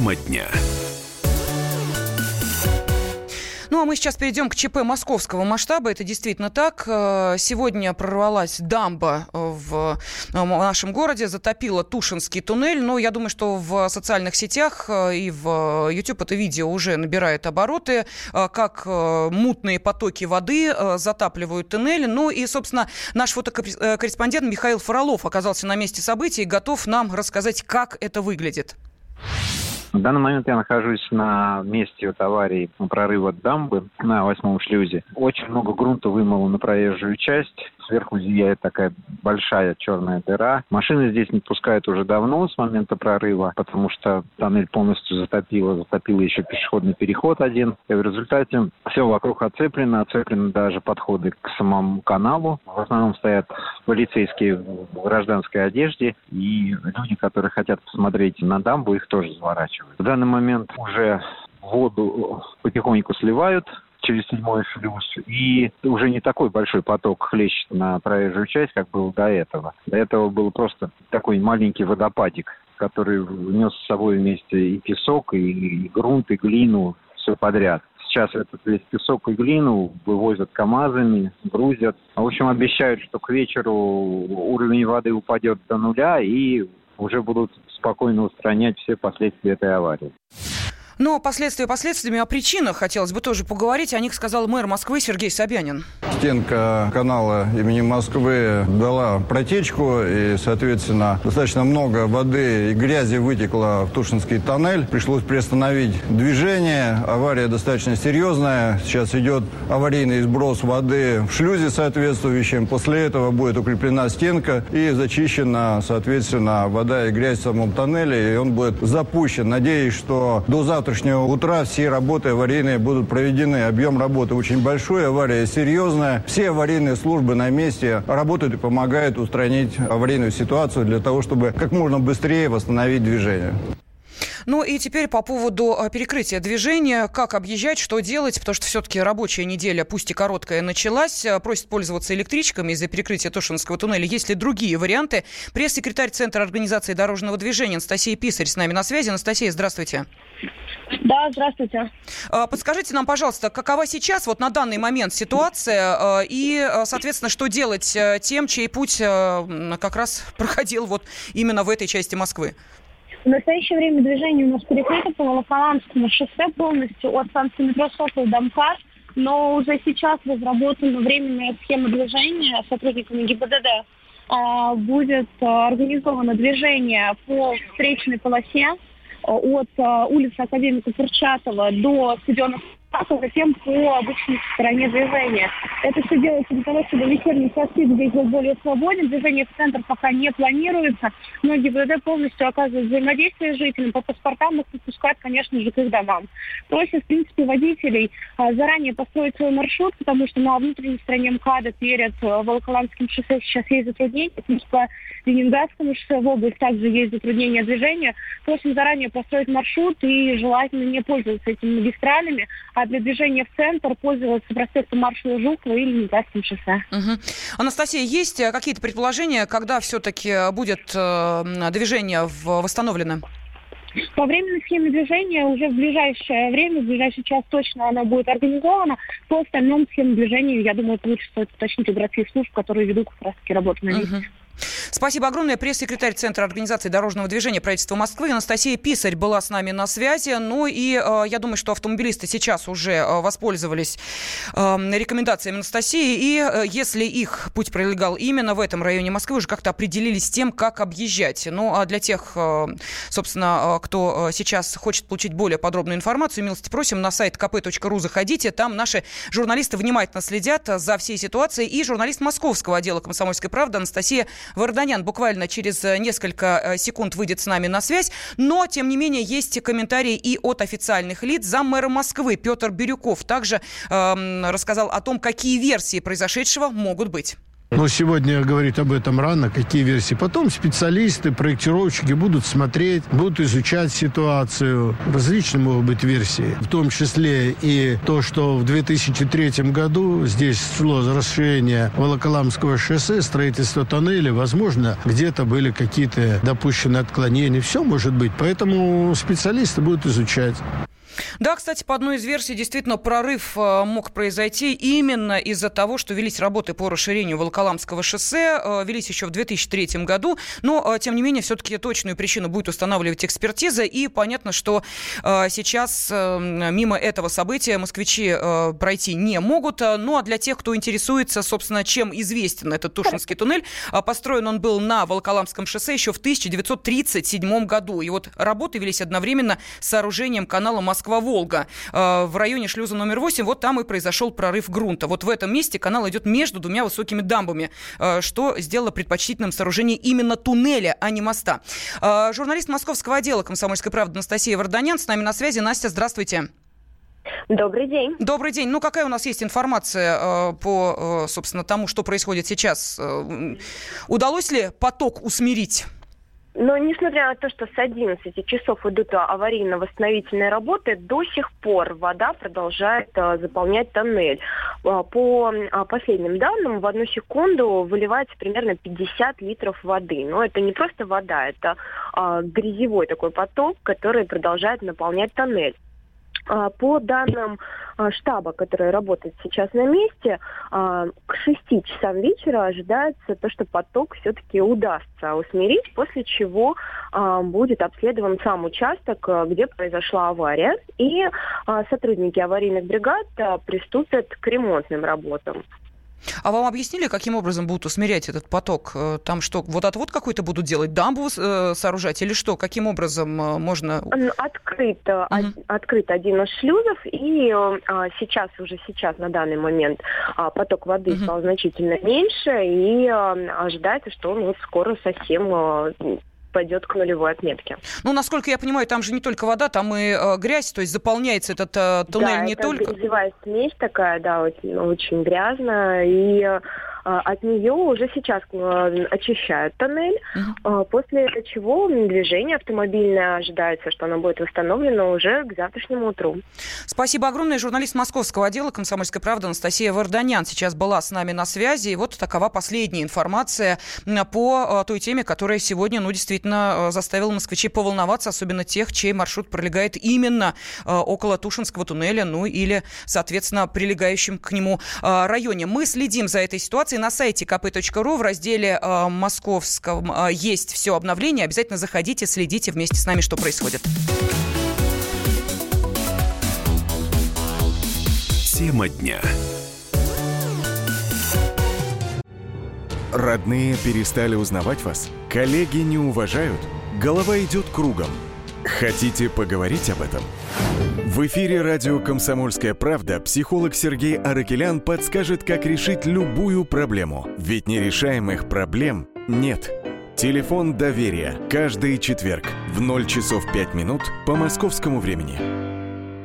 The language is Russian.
Тема дня. Ну, а мы сейчас перейдем к ЧП московского масштаба. Это действительно так. Сегодня прорвалась дамба в нашем городе, затопила Тушинский туннель. Но я думаю, что в социальных сетях и в YouTube это видео уже набирает обороты, как мутные потоки воды затапливают туннель. Ну и, собственно, наш фотокорреспондент Михаил Фролов оказался на месте событий и готов нам рассказать, как это выглядит. В данный момент я нахожусь на месте аварии прорыва дамбы на 8-м шлюзе. Очень много грунта вымыло на проезжую часть. Сверху зияет такая большая черная дыра. Машины здесь не пускают уже давно, с момента прорыва, потому что тоннель полностью затопило еще пешеходный переход один. И в результате все вокруг оцеплено даже подходы к самому каналу. В основном стоят полицейские в гражданской одежде, и люди, которые хотят посмотреть на дамбу, их тоже заворачивают. В данный момент уже воду потихоньку сливают через 7-й шлюз, и уже не такой большой поток хлещет на проезжую часть, как было до этого. До этого был просто такой маленький водопадик, который внес с собой вместе и песок, и грунт, и глину, все подряд. Сейчас этот весь песок и глину вывозят КАМАЗами, грузят. В общем, обещают, что к вечеру уровень воды упадет до нуля, и уже будут спокойно устранять все последствия этой аварии. Но последствиями, о причинах хотелось бы тоже поговорить. О них сказал мэр Москвы Сергей Собянин. Стенка канала имени Москвы дала протечку, и, соответственно, достаточно много воды и грязи вытекло в Тушинский тоннель. Пришлось приостановить движение. Авария достаточно серьезная. Сейчас идет аварийный сброс воды в шлюзе соответствующем. После этого будет укреплена стенка и зачищена, соответственно, вода и грязь в самом тоннеле, и он будет запущен. Надеюсь, что до завтрашнего утра все работы аварийные будут проведены. Объем работы очень большой, авария серьезная. Все аварийные службы на месте работают и помогают устранить аварийную ситуацию для того, чтобы как можно быстрее восстановить движение. Ну и теперь по поводу перекрытия движения. Как объезжать, что делать? Потому что все-таки рабочая неделя, пусть и короткая, началась. Просят пользоваться электричками из-за перекрытия Тушинского туннеля. Есть ли другие варианты? Пресс-секретарь Центра организации дорожного движения Анастасия Писарь с нами на связи. Анастасия, здравствуйте. Да, здравствуйте. Подскажите нам, пожалуйста, какова сейчас, вот на данный момент ситуация и, соответственно, что делать тем, чей путь как раз проходил вот именно в этой части Москвы? В настоящее время движение у нас перекрыто по Волоколамскому шоссе полностью от станции метро Сокол до МКАД, но уже сейчас разработана временная схема движения сотрудниками ГИБДД. Будет организовано движение по встречной полосе от улицы Академика Курчатова до стадиона, затем по обычной стороне движения. Это все делается для того, чтобы вечерние часы здесь был более свободен. Движение в центр пока не планируется. Но ГИБДД полностью оказывает взаимодействие с жителями. По паспортам их выпускают, конечно же, к их домам. Просят, в принципе, водителей заранее построить свой маршрут, потому что на внутренней стороне МКАДа перед Волоколамским шоссе сейчас есть затруднения. По Ленинградскому шоссе в область также есть затруднения движения. Просим заранее построить маршрут и желательно не пользоваться этими магистралями, а для движения в центр пользоваться проспектом Маршала Жукова или Ленинградским шоссе. Угу. Анастасия, есть какие-то предположения, когда все-таки будет движение восстановлено? По временной схеме движения уже в ближайшее время, в ближайший час точно она будет организована. По остальному схеме движения, я думаю, это лучше стоит уточнить у городских служб, которые ведут как раз-таки работу на месте. Спасибо огромное. Пресс-секретарь Центра организации дорожного движения правительства Москвы Анастасия Писарь была с нами на связи. Ну и я думаю, что автомобилисты сейчас уже воспользовались рекомендациями Анастасии. И если их путь пролегал именно в этом районе Москвы, уже как-то определились с тем, как объезжать. Ну а для тех, собственно, кто сейчас хочет получить более подробную информацию, милости просим, на сайт kp.ru заходите. Там наши журналисты внимательно следят за всей ситуацией. И журналист московского отдела «Комсомольской правды» Анастасия Варданян буквально через несколько секунд выйдет с нами на связь. Но, тем не менее, есть комментарии и от официальных лиц. Заммэра Москвы Петр Бирюков также рассказал о том, какие версии произошедшего могут быть. Но сегодня говорить об этом рано, какие версии. Потом специалисты, проектировщики будут смотреть, будут изучать ситуацию. Различные могут быть версии. В том числе и то, что в 2003 году здесь шло расширение Волоколамского шоссе, строительство тоннеля. Возможно, где-то были какие-то допущенные отклонения. Все может быть. Поэтому специалисты будут изучать. Да, кстати, по одной из версий, действительно, прорыв мог произойти именно из-за того, что велись работы по расширению Волоколамского шоссе, велись еще в 2003 году, но, тем не менее, все-таки точную причину будет устанавливать экспертиза, и понятно, что сейчас мимо этого события москвичи пройти не могут, ну, а для тех, кто интересуется, собственно, чем известен этот Тушинский туннель, построен он был на Волоколамском шоссе еще в 1937 году, и вот работы велись одновременно с сооружением канала Москва-Волга в районе шлюза номер 8, вот там и произошел прорыв грунта. Вот в этом месте канал идет между двумя высокими дамбами, что сделало предпочтительным сооружение именно туннеля, а не моста. Журналист московского отдела «Комсомольской правды» Анастасия Варданян с нами на связи. Настя, здравствуйте. Добрый день. Добрый день. Ну, какая у нас есть информация по, собственно, тому, что происходит сейчас? Удалось ли поток усмирить? Но несмотря на то, что с 11 часов идут аварийно-восстановительные работы, до сих пор вода продолжает заполнять тоннель. По последним данным, в 1 секунду выливается примерно 50 литров воды. Но это не просто вода, это грязевой такой поток, который продолжает наполнять тоннель. По данным штаба, который работает сейчас на месте, к 6 часам вечера ожидается то, что поток все-таки удастся усмирить, после чего будет обследован сам участок, где произошла авария, и сотрудники аварийных бригад приступят к ремонтным работам. А вам объяснили, каким образом будут усмирять этот поток? Там что, вот отвод какой-то будут делать, дамбу сооружать или что? Каким образом можно... Открыт один из шлюзов, и сейчас на данный момент поток воды стал значительно меньше, и ожидается, что он вот скоро совсем пойдет к нулевой отметке. Ну, насколько я понимаю, там же не только вода, там и грязь, то есть заполняется этот туннель не только... Да, это грязевая смесь такая, да, очень грязная, и от нее уже сейчас очищают тоннель, после чего движение автомобильное ожидается, что оно будет восстановлено уже к завтрашнему утру. Спасибо огромное. Журналист московского отдела «Комсомольской правды» Анастасия Варданян сейчас была с нами на связи. И вот такова последняя информация по той теме, которая сегодня, действительно заставила москвичей поволноваться, особенно тех, чей маршрут пролегает именно около Тушинского туннеля, ну или, соответственно, прилегающем к нему районе. Мы следим за этой ситуацией. На сайте kp.ru в разделе московском есть все обновления. Обязательно заходите, следите вместе с нами, что происходит. Тема дня. Родные перестали узнавать вас? Коллеги не уважают? Голова идет кругом. Хотите поговорить об этом? В эфире радио «Комсомольская правда» психолог Сергей Аракелян подскажет, как решить любую проблему. Ведь нерешаемых проблем нет. Телефон доверия. Каждый четверг в 0 часов 5 минут по московскому времени.